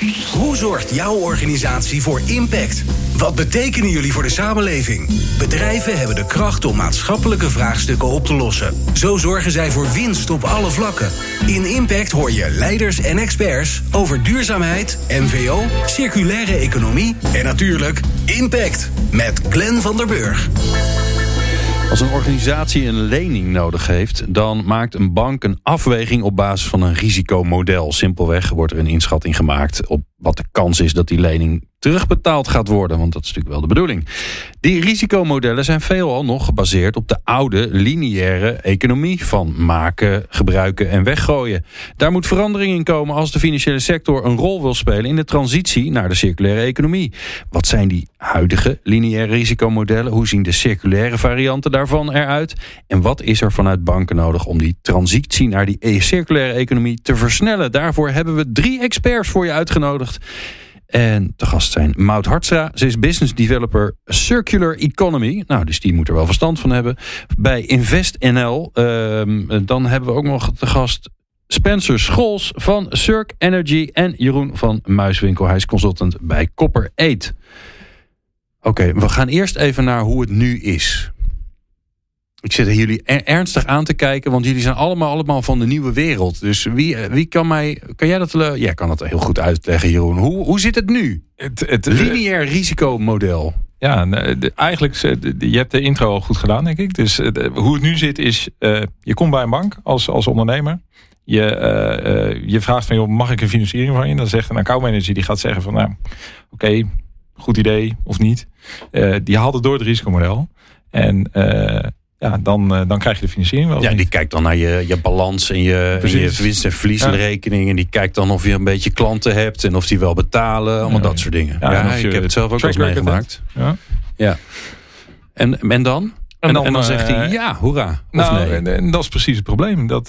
Hoe zorgt jouw organisatie voor impact? Wat betekenen jullie voor de samenleving? Bedrijven hebben de kracht om maatschappelijke vraagstukken op te lossen. Zo zorgen zij voor winst op alle vlakken. In Impact hoor je leiders en experts over duurzaamheid, MVO, circulaire economie en natuurlijk Impact met Glenn van der Burg. Als een organisatie een lening nodig heeft, dan maakt een bank een afweging op basis van een risicomodel. Simpelweg wordt er een inschatting gemaakt op wat de kans is dat die lening terugbetaald gaat worden. Want dat is natuurlijk wel de bedoeling. Die risicomodellen zijn veelal nog gebaseerd op de oude lineaire economie van maken, gebruiken en weggooien. Daar moet verandering in komen als de financiële sector een rol wil spelen in de transitie naar de circulaire economie. Wat zijn die huidige lineaire risicomodellen? Hoe zien de circulaire varianten daarvan eruit? En wat is er vanuit banken nodig om die transitie naar die circulaire economie te versnellen? Daarvoor hebben we 3 experts voor je uitgenodigd. En te gast zijn Maud Hartstra. Ze is business developer Circular Economy. Nou, dus die moet er wel verstand van hebben. Bij InvestNL. Dan hebben we ook nog te gast Spencer Scholz van Circ Energy. En Jeroen van Muiswinkel. Hij is consultant bij Copper 8. Oké, we gaan eerst even naar hoe het nu is. Ik zit jullie ernstig aan te kijken, want jullie zijn allemaal van de nieuwe wereld. Dus wie kan jij dat? Jij kan dat heel goed uitleggen, Jeroen. Hoe zit het nu? Het lineair risicomodel. Ja, eigenlijk, je hebt de intro al goed gedaan, denk ik. Dus hoe het nu zit is, je komt bij een bank als ondernemer. Je vraagt van, joh, mag ik een financiering van je? Dan zegt een accountmanager, die gaat zeggen van, nou, oké, goed idee of niet. Die haalt het door het risicomodel. En dan krijg je de financiering wel. Ja, die kijkt dan naar je balans en je winst- en verliesrekening. En die kijkt dan of je een beetje klanten hebt en of die wel betalen. Allemaal dat soort dingen. Ja, ik heb het zelf ook wel eens meegemaakt. Ja. En dan? En dan zegt hij, ja, hoera. Of nee? En dat is precies het probleem. Dat,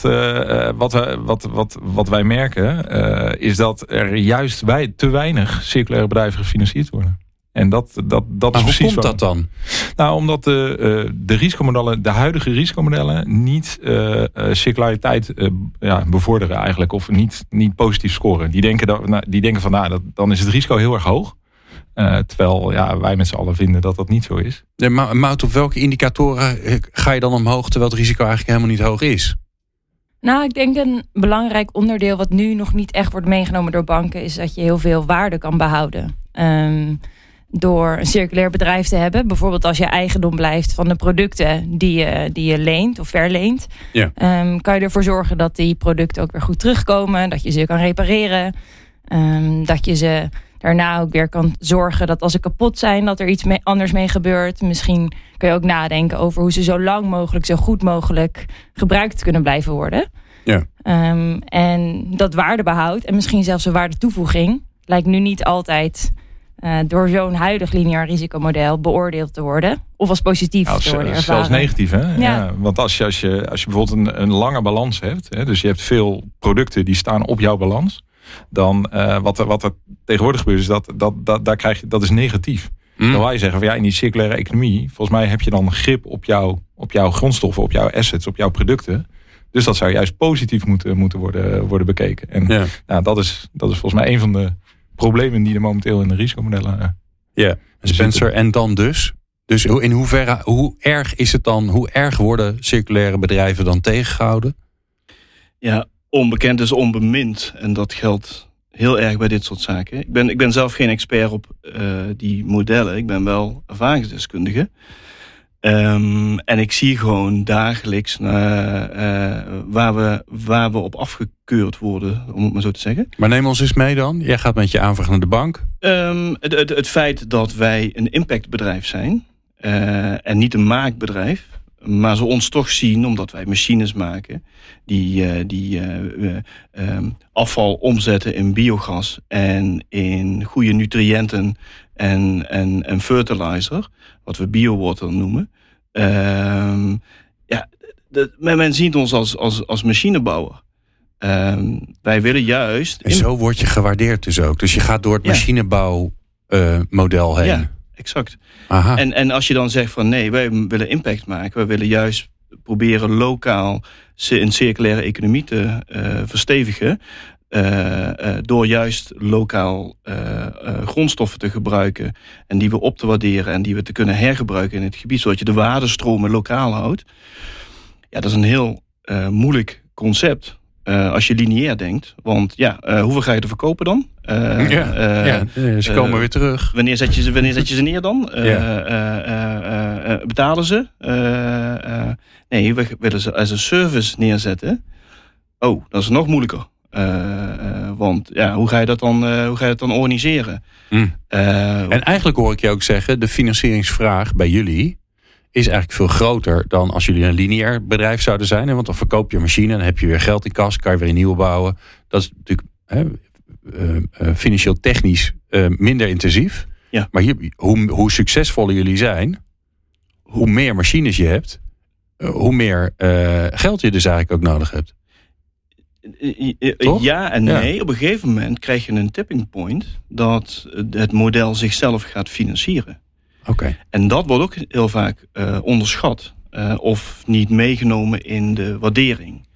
wat wij merken, is dat er juist te weinig circulaire bedrijven gefinancierd worden. En dat is precies. Hoe komt dat dan? Nou, omdat de huidige risicomodellen niet circulariteit bevorderen eigenlijk. Of niet positief scoren. Die denken van, dan is het risico heel erg hoog. Terwijl wij met z'n allen vinden dat dat niet zo is. Maar op welke indicatoren ga je dan omhoog terwijl het risico eigenlijk helemaal niet hoog is? Nou, ik denk een belangrijk onderdeel wat nu nog niet echt wordt meegenomen door banken is dat je heel veel waarde kan behouden. Door een circulair bedrijf te hebben. Bijvoorbeeld als je eigendom blijft van de producten die je leent of verleent. Ja. Kan je ervoor zorgen dat die producten ook weer goed terugkomen. Dat je ze kan repareren. Dat je ze daarna ook weer kan zorgen dat als ze kapot zijn, dat er iets anders mee gebeurt. Misschien kun je ook nadenken over hoe ze zo lang mogelijk, zo goed mogelijk gebruikt kunnen blijven worden. Ja. En dat waardebehoud en misschien zelfs een waardetoevoeging lijkt nu niet altijd door zo'n huidig lineair risicomodel beoordeeld te worden. Of als positief te worden ervaren. Zelfs negatief, hè? Ja. Want als je bijvoorbeeld een lange balans hebt, hè, dus je hebt veel producten die staan op jouw balans, dan wat er tegenwoordig gebeurt is daar krijg je, dat is negatief. Dan wil je zeggen van in die circulaire economie, volgens mij heb je dan grip op jouw grondstoffen, op jouw assets, op jouw producten. Dus dat zou juist positief moeten worden bekeken. En dat is volgens mij een van de problemen die er momenteel in de risicomodellen Spencer, en dan dus? Dus in hoeverre, hoe erg is het dan? Hoe erg worden circulaire bedrijven dan tegengehouden? Ja, onbekend is onbemind. En dat geldt heel erg bij dit soort zaken. Ik ben zelf geen expert op die modellen. Ik ben wel ervaringsdeskundige. En ik zie gewoon dagelijks waar we op afgekeurd worden, om het maar zo te zeggen. Maar neem ons eens mee dan. Jij gaat met je aanvraag naar de bank. Het feit dat wij een impactbedrijf zijn en niet een maakbedrijf, maar ze ons toch zien omdat wij machines maken die afval omzetten in biogas en in goede nutriënten en fertilizer, wat we biowater noemen. Men ziet ons als machinebouwer. Wij willen juist. En zo word je gewaardeerd dus ook. Dus je gaat door het machinebouwmodel heen. Ja, exact. Aha. En als je dan zegt van nee, wij willen impact maken. Wij willen juist proberen lokaal een circulaire economie te verstevigen. door juist lokaal grondstoffen te gebruiken en die we op te waarderen en die we te kunnen hergebruiken in het gebied, zodat je de waardestromen lokaal houdt. Ja, dat is een heel moeilijk concept als je lineair denkt. Want hoeveel ga je er verkopen dan? Ze komen weer terug. Wanneer zet je ze neer dan? Betalen ze? Nee, we willen ze als een service neerzetten. Oh, dat is nog moeilijker. Want hoe ga je dat dan organiseren? En eigenlijk hoor ik je ook zeggen, de financieringsvraag bij jullie is eigenlijk veel groter dan als jullie een lineair bedrijf zouden zijn. Want dan verkoop je een machine, dan heb je weer geld in kas, kan je weer een nieuwe bouwen. Dat is natuurlijk financieel technisch minder intensief. Ja. Maar hoe succesvoller jullie zijn, hoe meer machines je hebt, hoe meer geld je dus eigenlijk ook nodig hebt. Ja en nee. Op een gegeven moment krijg je een tipping point dat het model zichzelf gaat financieren. Okay. En dat wordt ook heel vaak onderschat of niet meegenomen in de waardering.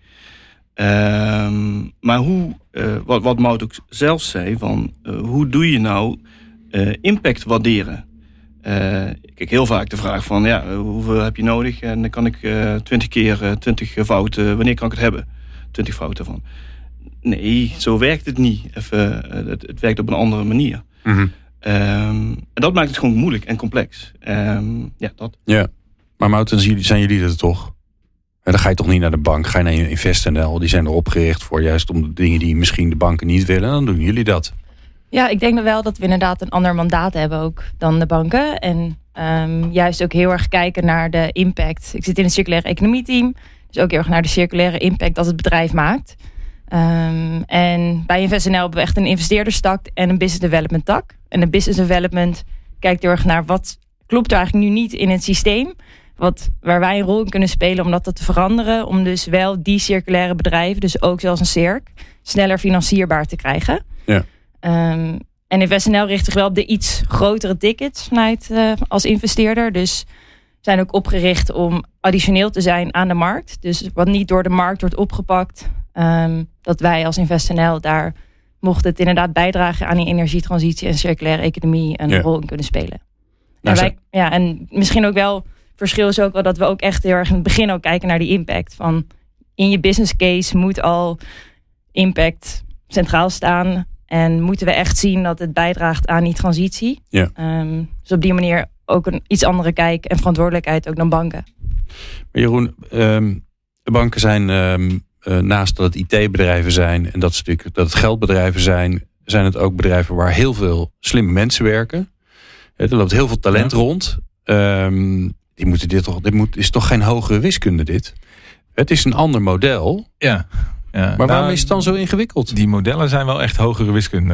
Maar wat Maud ook zelf zei, van hoe doe je nou impact waarderen? Ik krijg heel vaak de vraag van hoeveel heb je nodig? En dan kan ik 20 keer 20 fouten, wanneer kan ik het hebben? 20 fouten van. Nee, zo werkt het niet. Het werkt op een andere manier. Mm-hmm. En dat maakt het gewoon moeilijk en complex. Ja, maar Maud, zijn jullie er toch? Dan ga je toch niet naar de bank, ga je naar InvestNL. Die zijn erop gericht voor juist om de dingen die misschien de banken niet willen. Dan doen jullie dat. Ja, ik denk wel dat we inderdaad een ander mandaat hebben ook dan de banken. En juist ook heel erg kijken naar de impact. Ik zit in een circulaire economie team. Dus ook heel erg naar de circulaire impact dat het bedrijf maakt. En bij InvestNL hebben we echt een investeerderstak en een business development tak. En de business development kijkt heel erg naar wat klopt er eigenlijk nu niet in het systeem. Waar wij een rol in kunnen spelen om dat te veranderen. Om dus wel die circulaire bedrijven, dus ook zoals een CIRC, sneller financierbaar te krijgen. Ja. En InvestNL richt zich wel op de iets grotere tickets vanuit als investeerder. Dus we zijn ook opgericht om additioneel te zijn aan de markt. Dus wat niet door de markt wordt opgepakt. Dat wij als InvestNL daar mocht het inderdaad bijdragen aan die energietransitie en circulaire economie een rol in kunnen spelen. En misschien ook wel verschil is ook wel dat we ook echt heel erg in het begin ook kijken naar die impact. Van in je business case moet al impact centraal staan. En moeten we echt zien dat het bijdraagt aan die transitie. Ja. Dus op die manier ook een iets andere kijk en verantwoordelijkheid ook dan banken. Maar Jeroen, de banken zijn naast dat het IT-bedrijven zijn en dat het geldbedrijven zijn het ook bedrijven waar heel veel slimme mensen werken. Er loopt heel veel talent rond. Die moeten dit is toch geen hogere wiskunde dit? Het is een ander model. Ja. Maar waarom is het dan zo ingewikkeld? Die modellen zijn wel echt hogere wiskunde.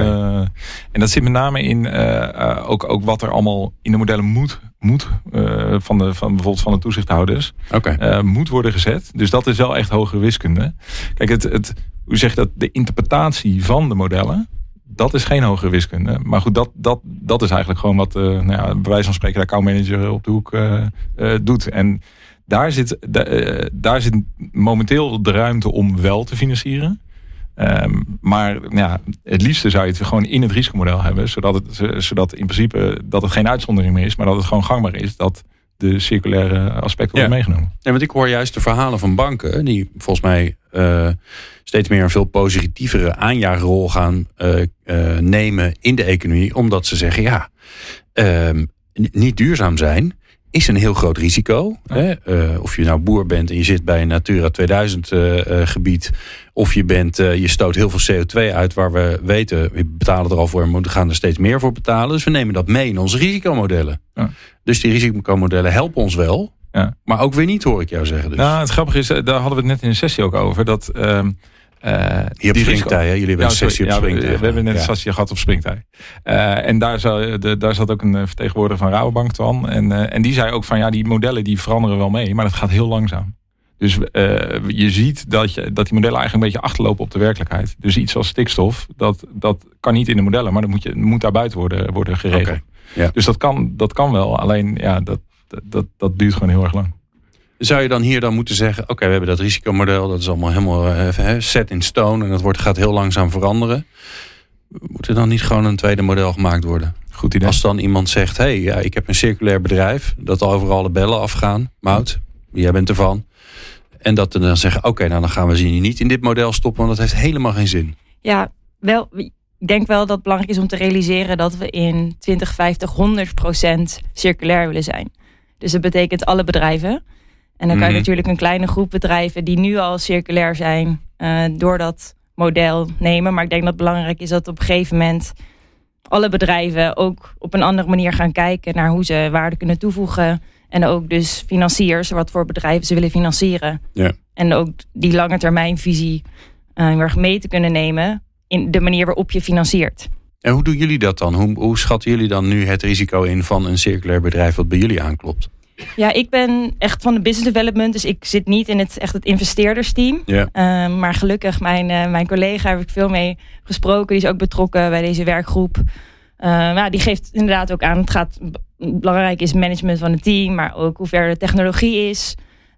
En dat zit met name in ook wat er allemaal in de modellen moet van bijvoorbeeld van de toezichthouders moet worden gezet. Dus dat is wel echt hogere wiskunde. Kijk, hoe zeg je dat? De interpretatie van de modellen, dat is geen hogere wiskunde. Maar goed, dat is eigenlijk gewoon wat bij wijze van spreken de accountmanager op de hoek doet. En daar zit momenteel de ruimte om wel te financieren. Maar het liefste zou je het gewoon in het risicomodel hebben. Zodat in principe dat het geen uitzondering meer is. Maar dat het gewoon gangbaar is dat de circulaire aspecten worden meegenomen. Ja, want ik hoor juist de verhalen van banken die volgens mij steeds meer een veel positievere aanjagerrol gaan nemen in de economie. Omdat ze zeggen niet duurzaam zijn is een heel groot risico. Ja. Of je nou boer bent en je zit bij een Natura 2000 gebied. Of je stoot heel veel CO2 uit waar we weten, we betalen er al voor en we gaan er steeds meer voor betalen. Dus we nemen dat mee in onze risicomodellen. Ja. Dus die risicomodellen helpen ons wel. Ja. Maar ook weer niet, hoor ik jou zeggen. Dus. Nou, het grappige is, daar hadden we het net in de sessie ook over. Dat hier op Springtij, hè? Jullie hebben een sessie op Springtij. We hebben net een sessie gehad op Springtij. En daar zat ook een vertegenwoordiger van Rabobank, Twan. En die zei ook van, die modellen die veranderen wel mee. Maar dat gaat heel langzaam. Dus je ziet dat die modellen eigenlijk een beetje achterlopen op de werkelijkheid. Dus iets als stikstof, dat kan niet in de modellen. Maar dat moet daar buiten worden geregeld. Okay. Ja. Dus dat kan wel. Alleen, dat duurt gewoon heel erg lang. Zou je dan hier dan moeten zeggen, oké, we hebben dat risicomodel, dat is allemaal helemaal set in stone en dat gaat heel langzaam veranderen. Moet er dan niet gewoon een tweede model gemaakt worden? Goed idee. Als dan iemand zegt, ik heb een circulair bedrijf, dat overal de bellen afgaan. Mout, jij bent ervan. En dat we dan zeggen, dan gaan we ze niet in dit model stoppen, want dat heeft helemaal geen zin. Ja, wel, ik denk wel dat het belangrijk is om te realiseren dat we in 2050 100% circulair willen zijn. Dus dat betekent alle bedrijven. En dan kan je natuurlijk een kleine groep bedrijven die nu al circulair zijn door dat model nemen. Maar ik denk dat het belangrijk is dat op een gegeven moment alle bedrijven ook op een andere manier gaan kijken naar hoe ze waarde kunnen toevoegen. En ook dus financiers, wat voor bedrijven ze willen financieren. Ja. En ook die lange termijn visie heel erg mee te kunnen nemen in de manier waarop je financiert. En hoe doen jullie dat dan? Hoe schatten jullie dan nu het risico in van een circulair bedrijf wat bij jullie aanklopt? Ja, ik ben echt van de business development, dus ik zit niet in het investeerdersteam. Ja. Maar gelukkig, mijn collega heb ik veel mee gesproken. Die is ook betrokken bij deze werkgroep. Die geeft inderdaad ook aan, belangrijk is management van het team, maar ook hoe ver de technologie is.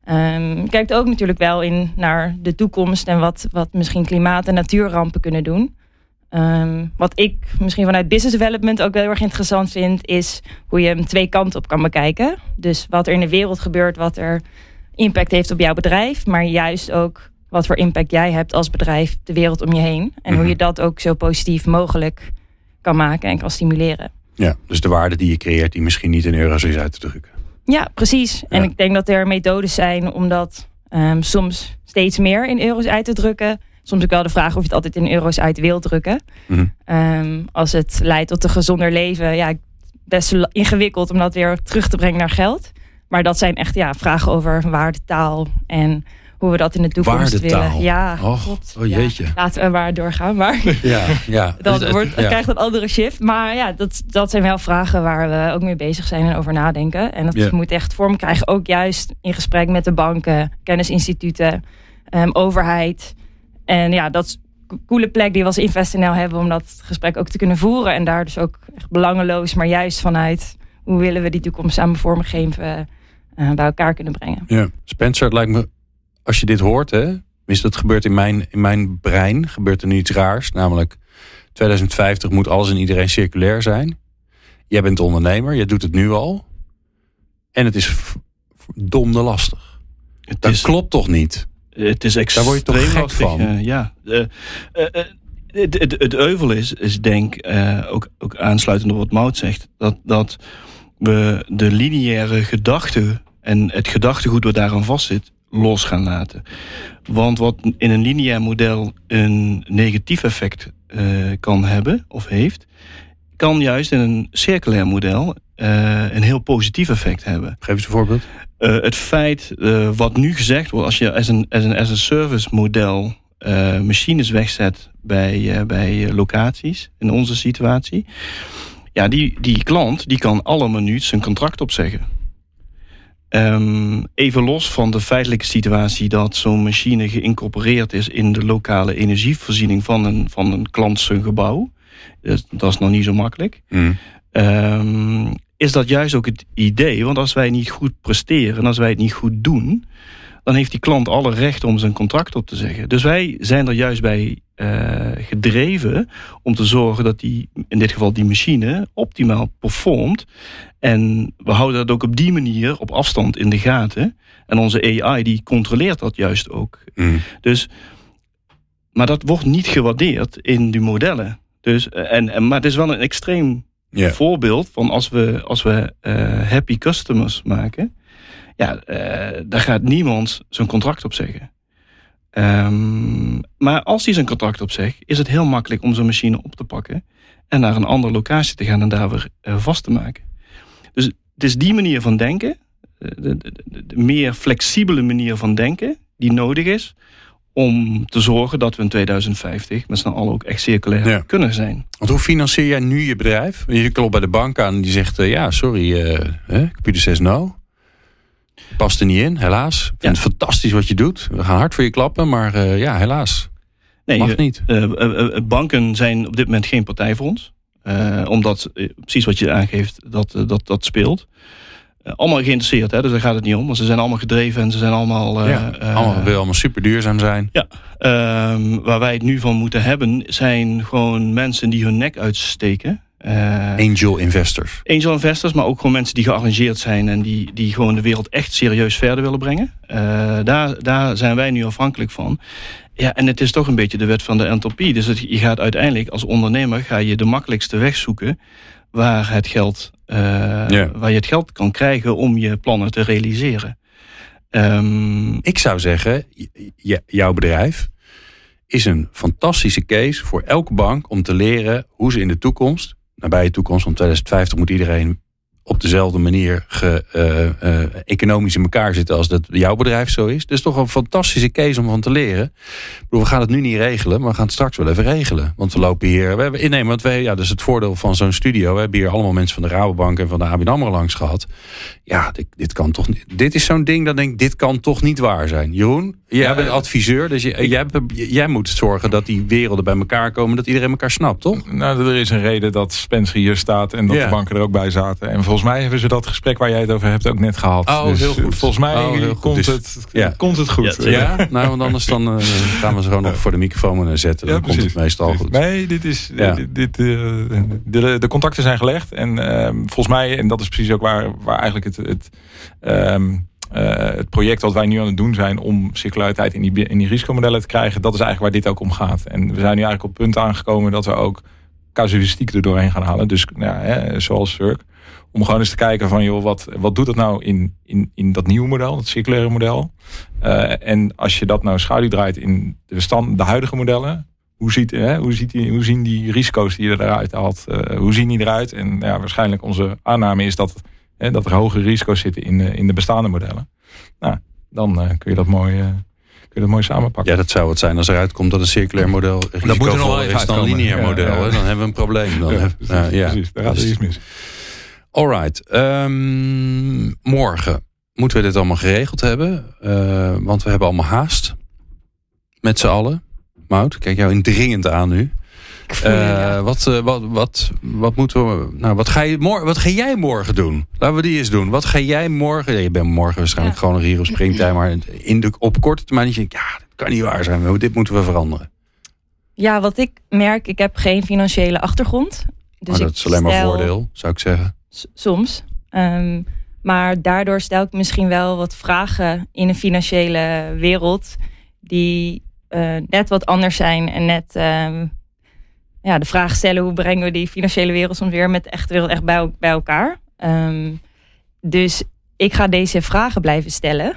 Kijkt ook natuurlijk wel naar de toekomst en wat misschien klimaat- en natuurrampen kunnen doen. Wat ik misschien vanuit business development ook heel erg interessant vind, is hoe je hem twee kanten op kan bekijken. Dus wat er in de wereld gebeurt, wat er impact heeft op jouw bedrijf, maar juist ook wat voor impact jij hebt als bedrijf de wereld om je heen. En hoe je dat ook zo positief mogelijk kan maken en kan stimuleren. Ja, dus de waarde die je creëert, die misschien niet in euro's is uit te drukken. Ja, precies. En ik denk dat er methodes zijn om dat soms steeds meer in euro's uit te drukken. Soms ook wel de vraag of je het altijd in euro's uit wil drukken. Als het leidt tot een gezonder leven. Best ingewikkeld om dat weer terug te brengen naar geld. Maar dat zijn echt vragen over waardetaal en hoe we dat in de toekomst willen. Ja, jeetje. Laten we maar doorgaan. Maar dat krijgt een andere shift. Maar dat zijn wel vragen waar we ook mee bezig zijn en over nadenken. En dat moet echt vorm krijgen. Ook juist in gesprek met de banken, kennisinstituten, overheid. En dat is een coole plek die we als InvestNL hebben om dat gesprek ook te kunnen voeren. En daar dus ook echt belangeloos, maar juist vanuit hoe willen we die toekomst aan vormgeven bij elkaar kunnen brengen. Ja. Spencer, het lijkt me, als je dit hoort, dat gebeurt in mijn brein, gebeurt er nu iets raars. Namelijk 2050 moet alles en iedereen circulair zijn. Jij bent ondernemer, jij doet het nu al. En het is domde lastig. Dat klopt toch niet? Het is extreem. Daar word je toch gek van? Het euvel is denk ook aansluitend op wat Mout zegt, dat we de lineaire gedachte en het gedachtegoed wat daaraan vastzit los gaan laten. Want wat in een lineair model een negatief effect kan hebben of heeft, kan juist in een circulair model een heel positief effect hebben. Geef eens een voorbeeld. Het feit wat nu gezegd wordt, als je as een service model machines wegzet bij locaties in onze situatie, die klant die kan alle minuut zijn contract opzeggen. Even los van de feitelijke situatie dat zo'n machine geïncorporeerd is in de lokale energievoorziening van een klant zijn gebouw. Dat is nog niet zo makkelijk. Is dat juist ook het idee. Want als wij niet goed presteren en als wij het niet goed doen, dan heeft die klant alle recht om zijn contract op te zeggen. Dus wij zijn er juist bij gedreven om te zorgen dat in dit geval die machine optimaal performt. En we houden dat ook op die manier op afstand in de gaten. En onze AI die controleert dat juist ook. Dus, maar dat wordt niet gewaardeerd in die modellen. Dus, maar het is wel een extreem voorbeeld van als we happy customers maken, daar gaat niemand zijn contract op zeggen. Maar als hij zijn contract opzegt, is het heel makkelijk om zo'n machine op te pakken en naar een andere locatie te gaan en daar weer vast te maken. Dus het is die manier van denken, de meer flexibele manier van denken, die nodig is om te zorgen dat we in 2050 met z'n allen ook echt circulair kunnen zijn. Want hoe financier jij nu je bedrijf? Je klopt bij de bank aan en die zegt, computer says no. Past er niet in, helaas. Ik vind het fantastisch wat je doet. We gaan hard voor je klappen, maar helaas. Nee, mag niet. Banken zijn op dit moment geen partij voor ons. Omdat, precies wat je aangeeft, dat speelt. allemaal geïnteresseerd, hè? Dus daar gaat het niet om. Want ze zijn allemaal gedreven en ze zijn allemaal... willen allemaal super duurzaam zijn. Ja, waar wij het nu van moeten hebben... zijn gewoon mensen die hun nek uitsteken. Angel investors. Angel investors, maar ook gewoon mensen die gearrangeerd zijn... en die gewoon de wereld echt serieus verder willen brengen. Daar zijn wij nu afhankelijk van. Ja, en het is toch een beetje de wet van de entropie. Dus je gaat uiteindelijk als ondernemer... ga je de makkelijkste weg zoeken... waar je het geld kan krijgen om je plannen te realiseren. Ik zou zeggen, jouw bedrijf is een fantastische case voor elke bank om te leren hoe ze in de toekomst, nabije toekomst, om 2050 moet iedereen op dezelfde manier economisch in elkaar zitten als dat jouw bedrijf zo is. Dus toch een fantastische case om van te leren. Ik bedoel, we gaan het nu niet regelen, maar we gaan het straks wel even regelen. Want we lopen hier... dat is het voordeel van zo'n studio. We hebben hier allemaal mensen van de Rabobank en van de ABN AMRO langs gehad. Ja, dit kan toch niet... Dit is zo'n ding dat denk ik, dit kan toch niet waar zijn. Jeroen, jij bent adviseur, dus jij moet zorgen dat die werelden bij elkaar komen, dat iedereen elkaar snapt, toch? Nou, er is een reden dat Spencer hier staat en dat de banken er ook bij zaten. En volgens mij hebben ze dat gesprek waar jij het over hebt ook net gehad. Oh, dus heel goed. Volgens mij komt het goed. Ja, nou, want anders dan gaan we ze gewoon nog voor de microfoon zetten. Dan komt het meestal goed. Nee, de contacten zijn gelegd. En volgens mij, en dat is precies ook waar eigenlijk het project wat wij nu aan het doen zijn om circulariteit in die risicomodellen te krijgen, dat is eigenlijk waar dit ook om gaat. En we zijn nu eigenlijk op het punt aangekomen dat we ook casuïstiek er doorheen gaan halen. Dus zoals Cirque. Om gewoon eens te kijken van, joh, wat doet dat nou in dat nieuwe model, dat circulaire model? En als je dat nou schaduw draait in de huidige modellen, hoe zien die risico's die je eruit haalt, hoe zien die eruit? En waarschijnlijk onze aanname is dat er hoge risico's zitten in de bestaande modellen. Nou, dan kun je dat mooi samenpakken. Ja, dat zou het zijn als eruit komt dat een circulair model risicovol is dan een lineair model. Ja. Dan hebben we een probleem. Precies, daar gaat er iets mis. Alright. Morgen moeten we dit allemaal geregeld hebben. Want we hebben allemaal haast. Met z'n allen. Mout, kijk jou indringend aan nu. Wat moeten we... Nou, wat ga jij morgen doen? Laten we die eens doen. Wat ga jij morgen... Ja, je bent morgen waarschijnlijk gewoon nog hier op springtime. Maar op korte termijn denk je... Ja, dat kan niet waar zijn. Dit moeten we veranderen. Ja, wat ik merk... Ik heb geen financiële achtergrond. Dus dat is alleen maar voordeel, zou ik zeggen. Soms. Maar daardoor stel ik misschien wel wat vragen in een financiële wereld... die net wat anders zijn. En net de vraag stellen... hoe brengen we die financiële wereld soms weer... met de echte wereld echt bij elkaar. Dus ik ga deze vragen blijven stellen.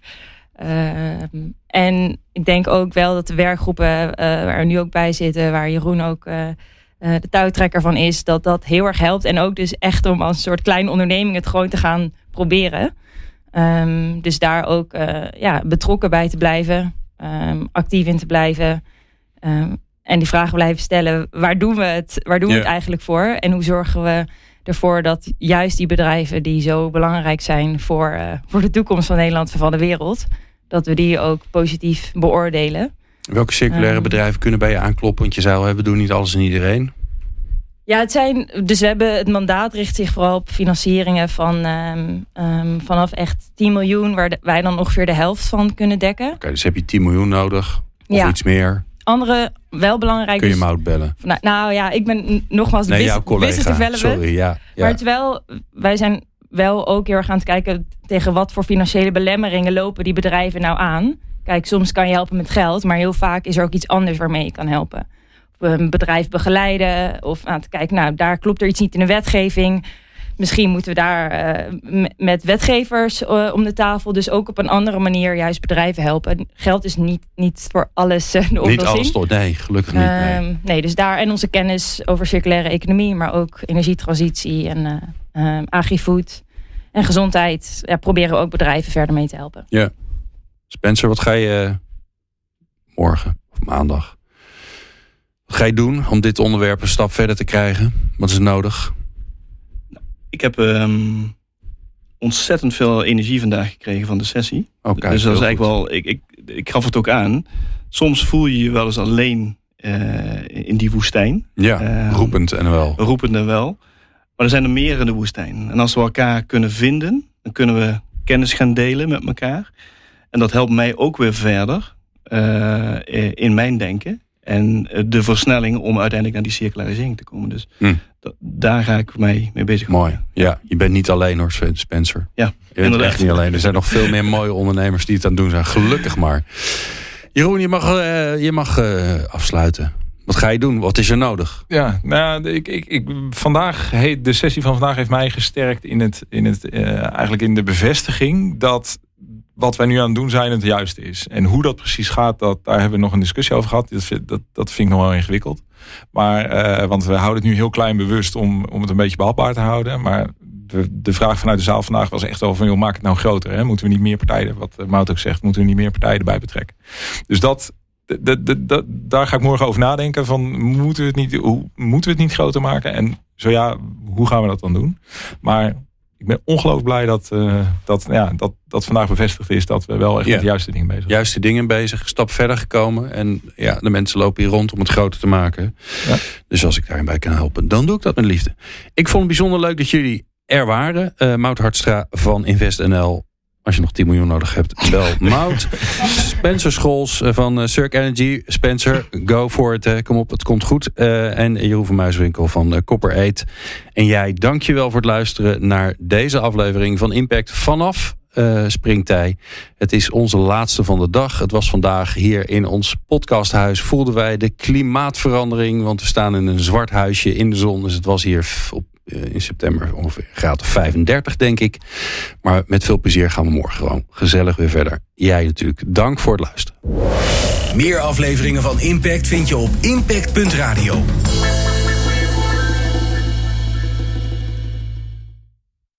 En ik denk ook wel dat de werkgroepen... waar er nu ook bij zitten... waar Jeroen ook... de touwtrekker van is, dat heel erg helpt. En ook dus echt om als een soort kleine onderneming het gewoon te gaan proberen. Dus daar ook betrokken bij te blijven. Actief in te blijven. En die vragen blijven stellen. Waar doen we het eigenlijk voor? En hoe zorgen we ervoor dat juist die bedrijven die zo belangrijk zijn voor de toekomst van Nederland en van de wereld, dat we die ook positief beoordelen. Welke circulaire bedrijven kunnen bij je aankloppen? Want je zei al, we doen niet alles en iedereen. Ja, we hebben het mandaat richt zich vooral op financieringen van vanaf echt 10 miljoen, waar wij dan ongeveer de helft van kunnen dekken. Oké, dus heb je 10 miljoen nodig? Of iets meer? Andere, wel belangrijk. Kun je Mout bellen? Nou ja, ik ben nogmaals business development. Sorry, ja. Maar terwijl wij zijn wel ook heel erg aan het kijken tegen wat voor financiële belemmeringen lopen die bedrijven nou aan. Kijk, soms kan je helpen met geld, maar heel vaak is er ook iets anders waarmee je kan helpen. Of een bedrijf begeleiden of aan te kijken, daar klopt er iets niet in de wetgeving. Misschien moeten we daar met wetgevers om de tafel, dus ook op een andere manier juist bedrijven helpen. Geld is niet voor alles de oplossing. Niet alles toch? Nee, gelukkig niet. Nee, dus daar en onze kennis over circulaire economie, maar ook energietransitie en agri-food en gezondheid. Ja, proberen we ook bedrijven verder mee te helpen. Ja. Spencer, wat ga je morgen of maandag? Wat ga je doen om dit onderwerp een stap verder te krijgen? Wat is nodig? Ik heb ontzettend veel energie vandaag gekregen van de sessie. Okay, dus dat is eigenlijk wel... Ik gaf het ook aan. Soms voel je je wel eens alleen in die woestijn. Ja, roepend en wel. Roepend en wel. Maar er zijn er meer in de woestijn. En als we elkaar kunnen vinden, Dan kunnen we kennis gaan delen met elkaar. En dat helpt mij ook weer verder in mijn denken. En de versnelling om uiteindelijk naar die circularisering te komen. Dus daar ga ik mij mee bezig. Mooi. Ja, je bent niet alleen hoor, Spencer. Ja, je bent echt niet alleen. Er zijn nog veel meer mooie ondernemers die het aan het doen zijn. Gelukkig maar. Jeroen, je mag afsluiten. Wat ga je doen? Wat is er nodig? Ja, nou, de sessie van vandaag heeft mij gesterkt eigenlijk in de bevestiging dat wat wij nu aan het doen zijn het juiste is. En hoe dat precies gaat, daar hebben we nog een discussie over gehad. Dat vind ik nog wel ingewikkeld. Maar, want we houden het nu heel klein bewust om het een beetje behapbaar te houden. Maar de vraag vanuit de zaal vandaag was echt wel van, joh, maak het nou groter. Hè? Moeten we niet meer partijen, wat Mout ook zegt, moeten we niet meer partijen erbij betrekken. Dus daar ga ik morgen over nadenken. Van, moeten we het niet groter maken? En zo ja, hoe gaan we dat dan doen? Maar ik ben ongelooflijk blij dat vandaag bevestigd is dat we wel echt met de juiste dingen bezig zijn. Juiste dingen bezig, een stap verder gekomen. En ja, de mensen lopen hier rond om het groter te maken. Ja. Dus als ik daarin kan helpen, dan doe ik dat met liefde. Ik vond het bijzonder leuk dat jullie er waren. Mout Hartstra van InvestNL. Als je nog 10 miljoen nodig hebt, bel Mout. Spencer Scholz van Circ Energy. Spencer, go for it. Kom op, het komt goed. En Jeroen van Muiswinkel van Copper 8. En jij, dankjewel voor het luisteren naar deze aflevering van Impact vanaf Springtij. Het is onze laatste van de dag. Het was vandaag hier in ons podcasthuis. Voelden wij de klimaatverandering. Want we staan in een zwart huisje in de zon. Dus het was hier in september ongeveer graad 35, denk ik. Maar met veel plezier gaan we morgen gewoon gezellig weer verder. Jij natuurlijk. Dank voor het luisteren. Meer afleveringen van Impact vind je op impact.radio.